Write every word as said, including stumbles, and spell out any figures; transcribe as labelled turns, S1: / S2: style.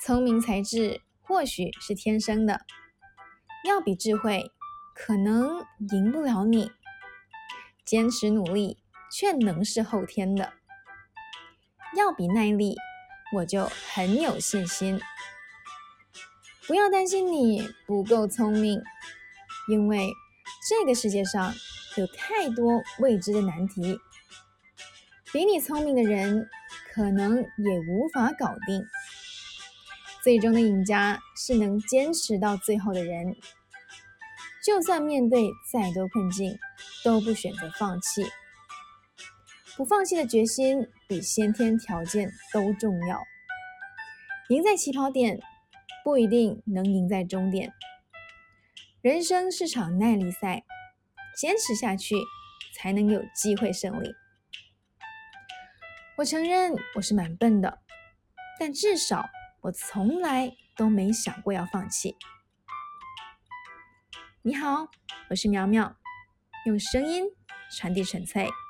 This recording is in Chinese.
S1: 聪明才智或许是天生的，要比智慧可能赢不了你，坚持努力却能是后天的。要比耐力，我就很有信心。不要担心你不够聪明，因为这个世界上有太多未知的难题，比你聪明的人可能也无法搞定。最终的赢家是能坚持到最后的人，就算面对再多困境，都不选择放弃。不放弃的决心比先天条件都重要。赢在起跑点，不一定能赢在终点。人生是场耐力赛，坚持下去才能有机会胜利。我承认我是蛮笨的，但至少我从来都没想过要放弃。你好，我是苗苗，用声音传递纯粹。